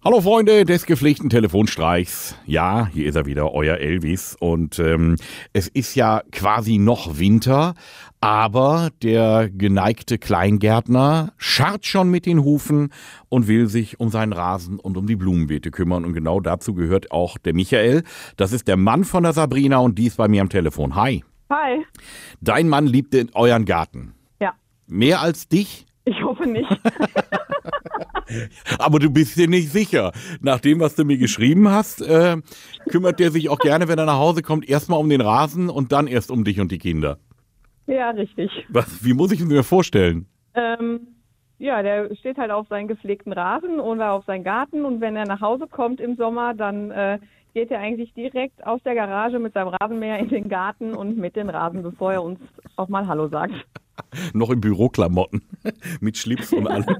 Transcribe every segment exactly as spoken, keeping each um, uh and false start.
Hallo Freunde des gepflegten Telefonstreichs. Ja, hier ist er wieder, euer Elvis. Und ähm, es ist ja quasi noch Winter, aber der geneigte Kleingärtner scharrt schon mit den Hufen und will sich um seinen Rasen und um die Blumenbeete kümmern. Und genau dazu gehört auch der Michael. Das ist der Mann von der Sabrina und die ist bei mir am Telefon. Hi. Hi. Dein Mann liebt den, euren Garten. Ja. Mehr als dich? Ich hoffe nicht. Aber du bist dir nicht sicher. Nach dem, was du mir geschrieben hast, äh, kümmert der sich auch gerne, wenn er nach Hause kommt, erstmal um den Rasen und dann erst um dich und die Kinder. Ja, richtig. Was, wie muss ich mir vorstellen? Ähm, ja, der steht halt auf seinen gepflegten Rasen oder auf seinen Garten und wenn er nach Hause kommt im Sommer, dann äh, geht er eigentlich direkt aus der Garage mit seinem Rasenmäher in den Garten und mit den Rasen, bevor er uns auch mal Hallo sagt. Noch in Büroklamotten, mit Schlips und allem.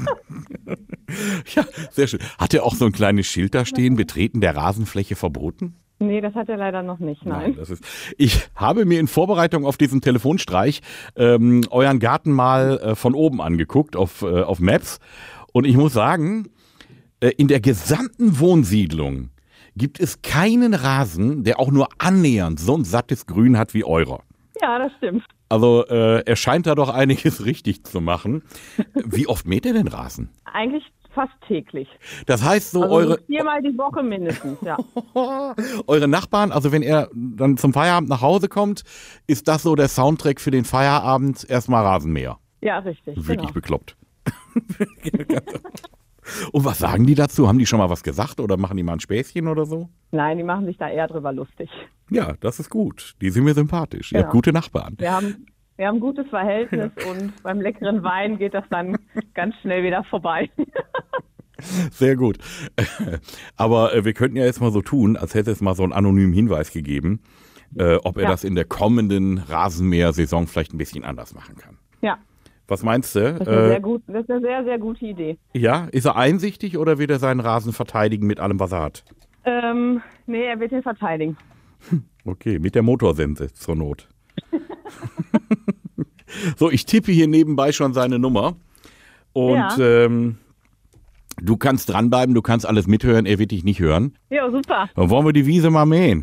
Ja, sehr schön. Hat er auch so ein kleines Schild da stehen, Betreten der Rasenfläche verboten? Nee, das hat er leider noch nicht, nein. Nein, das ist, ich habe mir in Vorbereitung auf diesen Telefonstreich ähm, euren Garten mal äh, von oben angeguckt auf, äh, auf Maps und ich muss sagen, äh, in der gesamten Wohnsiedlung gibt es keinen Rasen, der auch nur annähernd so ein sattes Grün hat wie eurer. Ja, das stimmt. Also äh, er scheint da doch einiges richtig zu machen. Wie oft mäht er denn Rasen? Eigentlich fast täglich. Das heißt so also eure... viermal die Woche mindestens, ja. Eure Nachbarn, also wenn er dann zum Feierabend nach Hause kommt, ist das so der Soundtrack für den Feierabend, erstmal Rasenmäher? Ja, richtig. Wirklich genau. bekloppt. Und was sagen die dazu? Haben die schon mal was gesagt oder machen die mal ein Späßchen oder so? Nein, die machen sich da eher drüber lustig. Ja, das ist gut. Die sind mir sympathisch. Ihr Genau. habt gute Nachbarn. Wir haben, wir haben ein gutes Verhältnis und beim leckeren Wein geht das dann ganz schnell wieder vorbei. Sehr gut. Aber äh, wir könnten ja jetzt mal so tun, als hätte es mal so einen anonymen Hinweis gegeben, äh, ob er Ja. das in der kommenden Rasenmäher-Saison vielleicht ein bisschen anders machen kann. Ja, Was meinst du? das ist, eine Äh, sehr gut, das ist eine sehr, sehr gute Idee. ja, ist er einsichtig oder wird er seinen Rasen verteidigen mit allem, was er hat? Ähm, nee, er wird ihn verteidigen. Okay, mit der Motorsense zur Not. So, ich tippe hier nebenbei schon seine Nummer. Und Ja. ähm, du kannst dranbleiben, du kannst alles mithören, er wird dich nicht hören. Ja, super. Dann wollen wir die Wiese mal mähen.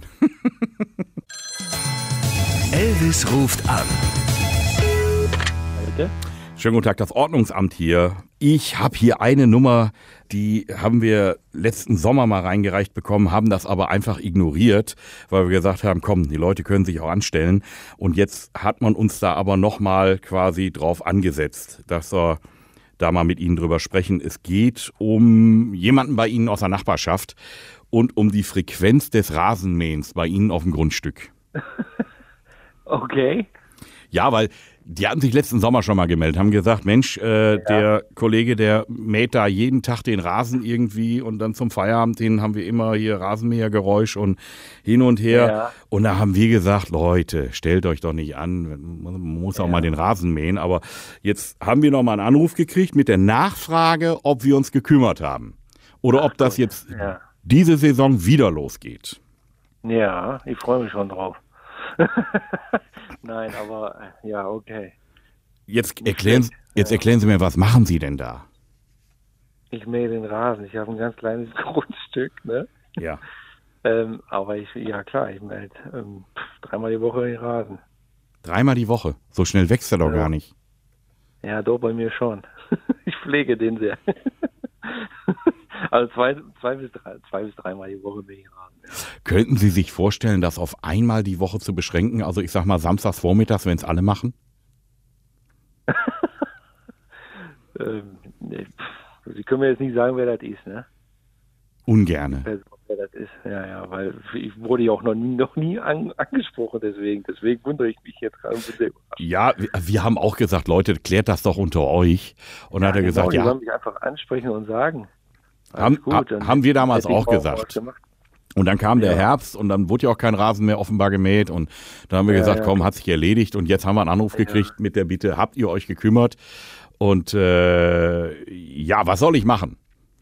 Elvis ruft an. Bitte? Schönen guten Tag, das Ordnungsamt hier. Ich habe hier eine Nummer, die haben wir letzten Sommer mal reingereicht bekommen, haben das aber einfach ignoriert, weil wir gesagt haben, komm, die Leute können sich auch anstellen. Und jetzt hat man uns da aber nochmal quasi drauf angesetzt, dass wir da mal mit Ihnen drüber sprechen. Es geht um jemanden bei Ihnen aus der Nachbarschaft und um die Frequenz des Rasenmähens bei Ihnen auf dem Grundstück. Okay. Ja, weil die hatten sich letzten Sommer schon mal gemeldet, haben gesagt, Mensch, äh, ja. der Kollege, der mäht da jeden Tag den Rasen irgendwie und dann zum Feierabend hin haben wir immer hier Rasenmähergeräusch und hin und her. Ja. Und da haben wir gesagt, Leute, stellt euch doch nicht an, man muss auch Ja. mal den Rasen mähen. Aber jetzt haben wir noch mal einen Anruf gekriegt mit der Nachfrage, ob wir uns gekümmert haben. Oder Ach, ob das gut. jetzt Ja. diese Saison wieder losgeht. Ja, ich freue mich schon drauf. Nein, aber äh, ja, okay. Jetzt erklären, schlecht. jetzt Ja. erklären Sie mir, was machen Sie denn da? Ich mähe den Rasen. Ich habe ein ganz kleines Grundstück, ne? Ja. Ähm, aber ich, ja klar, ich mähe ähm, dreimal die Woche den Rasen. Dreimal die Woche. So schnell wächst er doch Ja. gar nicht. Ja, doch bei mir schon. Ich pflege den sehr. Also zwei, zwei bis drei, zwei bis dreimal die Woche mähe ich Rasen. Ja. Könnten Sie sich vorstellen, das auf einmal die Woche zu beschränken? Also ich sag mal samstags vormittags, wenn es alle machen? Ähm, nee, pff, Sie können mir jetzt nicht sagen, wer das ist, ne? Ungerne. Wer wer das ist, ja, ja, weil ich wurde ja auch noch nie, noch nie an, angesprochen, deswegen, deswegen wundere ich mich jetzt gerade. Bin sehr überrascht. Ja, wir, wir haben auch gesagt, Leute, klärt das doch unter euch. Und dann hat er Genau, gesagt, die ja, sollen mich einfach ansprechen und sagen. Alles Haben- gut, ha- dann haben wir damals hätte ich auch morgen gesagt. was gemacht. und dann kam der Ja. Herbst und dann wurde ja auch kein Rasen mehr offenbar gemäht und da haben wir Ja, gesagt, ja. komm, hat sich erledigt und jetzt haben wir einen Anruf Ja. gekriegt mit der Bitte, habt ihr euch gekümmert? Und äh, ja, was soll ich machen?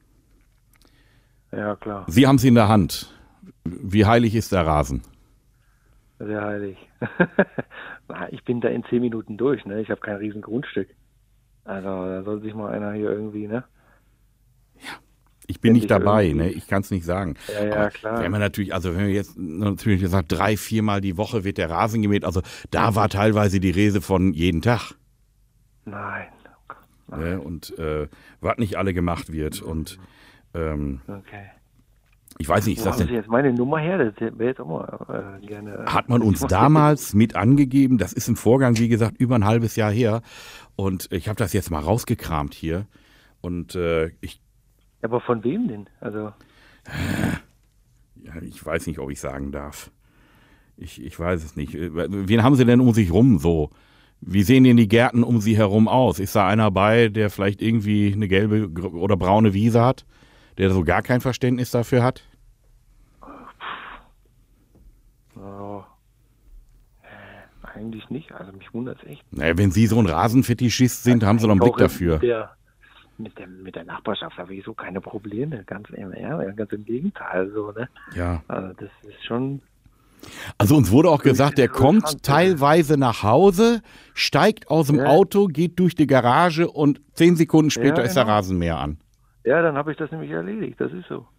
Ja, klar, Sie haben es in der Hand. Wie heilig ist der Rasen? sehr heilig. Na, ich bin da in zehn Minuten durch, ne? Ich habe kein riesen Grundstück. Also da soll sich mal einer hier irgendwie, ne? Ich bin Wenn nicht sich dabei, irgendwie- ne? Ich kann es nicht sagen. Ja, ja, Aber klar. Wenn man natürlich, also wenn wir jetzt natürlich gesagt, drei, viermal die Woche wird der Rasen gemäht, also da war teilweise die Rede von jeden Tag. Nein. Nein. Ne? Und äh, was nicht alle gemacht wird. Und ähm, Okay. ich weiß nicht, ist Wo das haben Sie denn, jetzt meine Nummer her? Das wäre jetzt auch mal äh, gerne. hat man uns damals mit angegeben, das ist ein Vorgang, wie gesagt, über ein halbes Jahr her. Und ich habe das jetzt mal rausgekramt hier. Und äh, ich, Aber von wem denn? Also, ja, ich weiß nicht, ob ich sagen darf. Ich, ich weiß es nicht. Wen haben Sie denn um sich rum so? Wie sehen denn die Gärten um Sie herum aus? Ist da einer bei, der vielleicht irgendwie eine gelbe gr- oder braune Wiese hat, der so gar kein Verständnis dafür hat? oh, äh, eigentlich nicht. Also mich wundert es echt. Naja, wenn Sie so ein Rasenfetischist sind, haben Sie doch einen Blick Auch dafür. Mit der, mit der, mit der Nachbarschaft habe ich so keine Probleme. Ganz, im- ja, ganz im Gegenteil. So, ne? Ja. Also das ist schon. Also uns wurde auch gesagt, der so kommt krank, teilweise nach Hause, steigt aus dem Ja. Auto, geht durch die Garage und zehn Sekunden später Ja, ist der genau. Rasenmäher an. Ja, dann habe ich das nämlich erledigt. Das ist so.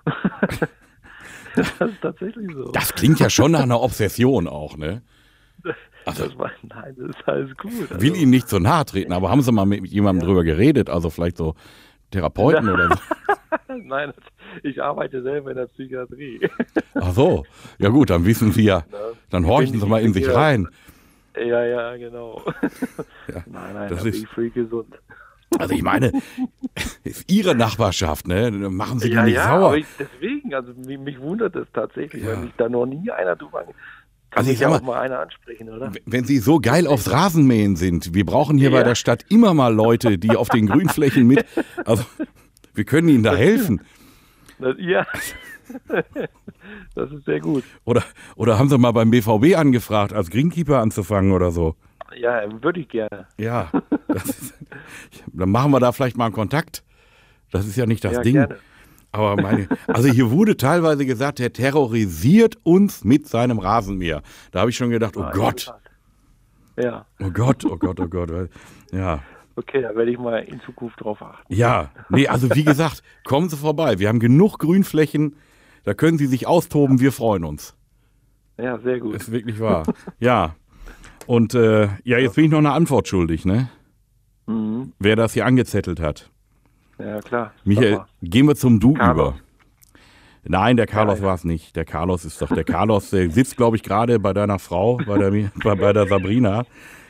Das ist tatsächlich so. Das klingt ja schon nach einer Obsession auch, ne? Also, Das war, nein, das ist alles gut. Also, will Ihnen nicht so nahe treten, aber haben Sie mal mit jemandem drüber geredet? Also vielleicht so Therapeuten oder so? Nein, ich arbeite selber in der Psychiatrie. Ach so. Ja gut, dann wissen Sie ja, dann horchen Bin Sie mal in sich ja- rein. Ja, ja, genau. Ja, nein, nein, das da bin ist- ich free gesund. Also ich meine, ist Ihre Nachbarschaft, ne? Machen Sie die Ja, nicht ja, sauer. aber ich, deswegen, also mich, mich wundert das tatsächlich, Ja. weil mich da noch nie einer drüber ange- Kann Also ich mich ja sag auch mal, mal einer ansprechen, oder? Wenn Sie so geil aufs Rasenmähen sind, wir brauchen hier Ja. bei der Stadt immer mal Leute, die auf den Grünflächen mit, also wir können Ihnen da helfen. Das, ja, das ist sehr gut. Oder, oder haben Sie mal beim B V B angefragt, als Greenkeeper anzufangen oder so? Ja, würde ich gerne. Ja, das ist, dann machen wir da vielleicht mal einen Kontakt. Das ist ja nicht das Ja, Ding. gerne. Aber meine, also hier wurde teilweise gesagt, er terrorisiert uns mit seinem Rasenmäher. Da habe ich schon gedacht, oh Ah, Gott, interessant. Ja, oh Gott, oh Gott, oh Gott. weil- Ja, okay, da werde ich mal in Zukunft drauf achten. ja. Nee, also wie gesagt, kommen Sie vorbei. Wir haben genug Grünflächen, da können Sie sich austoben, wir freuen uns. Ja, sehr gut. Ist wirklich wahr. Ja. Und äh, ja, jetzt bin ich noch eine Antwort schuldig, ne? Mhm. Wer das hier angezettelt hat. Ja, klar. Michael, Sag mal. gehen wir zum Du Carlos. über. Nein, der Carlos Ja, ja. war es nicht. Der Carlos ist doch der Carlos. Der sitzt, glaube ich, gerade bei deiner Frau, bei der, Mi- bei, bei der Sabrina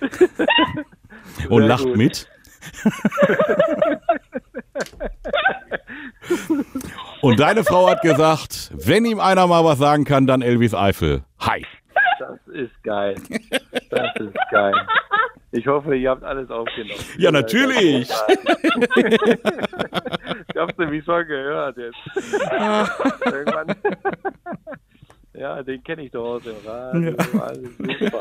und Sehr lacht gut. mit. Und deine Frau hat gesagt, wenn ihm einer mal was sagen kann, dann Elvis Eifel. Hi. Das ist geil. Das ist geil. Ich hoffe, ihr habt alles aufgenommen. Ja, natürlich. Ich hab's nämlich schon gehört jetzt. Irgendwann. Ja, den kenne ich doch aus dem Radio. Alles super.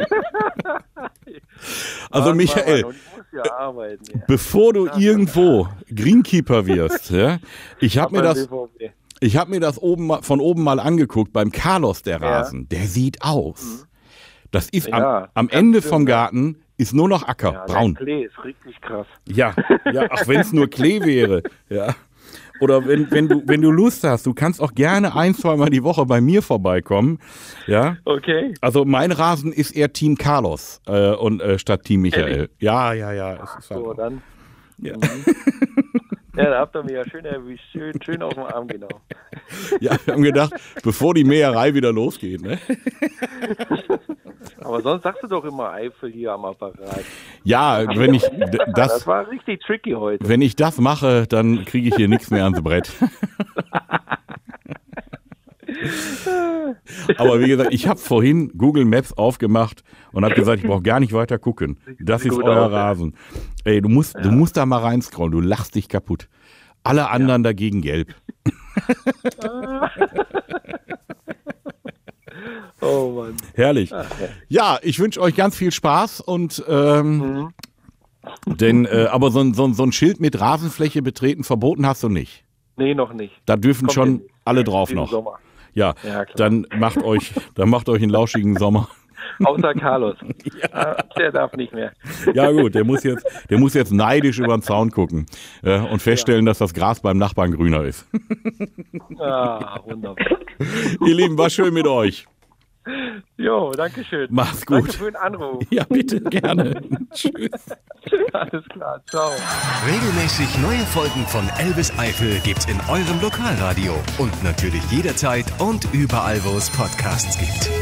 Also Mann, Michael, Mann, und ich muss ja arbeiten. Ja. bevor du irgendwo Greenkeeper wirst, ja, ich habe mir Beim das, B V B. ich habe mir das oben mal, von oben mal angeguckt beim Carlos der Ja. Rasen. Der sieht aus. Das ist am, Ja, am ganz Ende schön, vom ja. Garten ist nur noch Acker, Ja, braun. Der Klee ist richtig krass. Ja, ja, ach, wenn es nur Klee wäre. Ja. Oder wenn, wenn, du, wenn du Lust hast, du kannst auch gerne ein, zweimal die Woche bei mir vorbeikommen. Ja. Okay. Also mein Rasen ist eher Team Carlos äh, und äh, statt Team Michael. Ehrlich? Ja, ja, ja. Es ist halt So, auch- dann. ja. Mhm. Ja, da habt ihr mich ja schön erwischt. Schön, schön auf dem Arm, genau. ja, wir haben gedacht, bevor die Mäherei wieder losgeht. Ne? Aber sonst sagst du doch immer Eifel hier am Apparat. Ja, wenn ich d- Das das, war richtig tricky heute. wenn ich das mache, dann kriege ich hier nichts mehr ans Brett. Aber wie gesagt, ich habe vorhin Google Maps aufgemacht und habe gesagt, ich brauche gar nicht weiter gucken. Das Sieht ist gut euer aus, ja. Rasen. Ey, du musst, du musst da mal reinscrollen, du lachst dich kaputt. Alle anderen dagegen gelb. Oh Mann. Herrlich. Ja, ich wünsche euch ganz viel Spaß und ähm, denn, äh, aber so ein, so, ein, so ein Schild mit Rasenfläche betreten verboten hast du nicht. Nee, noch nicht. Da dürfen Kommt schon jetzt alle drauf diesen noch. Sommer. Ja, Ja, klar. dann macht euch, dann macht euch einen lauschigen Sommer. Außer Carlos. Ja. Der darf nicht mehr. Ja gut, der muss jetzt, der muss jetzt neidisch über den Zaun gucken äh, und feststellen, ja. dass das Gras beim Nachbarn grüner ist. Ah, wunderbar. Ihr Lieben, war schön mit euch. Jo, danke schön. Mach's gut. Danke für den Anruf. Ja, bitte, gerne. Tschüss. Alles klar, ciao. Regelmäßig neue Folgen von Elvis Eifel gibt's in eurem Lokalradio und natürlich jederzeit und überall, wo es Podcasts gibt.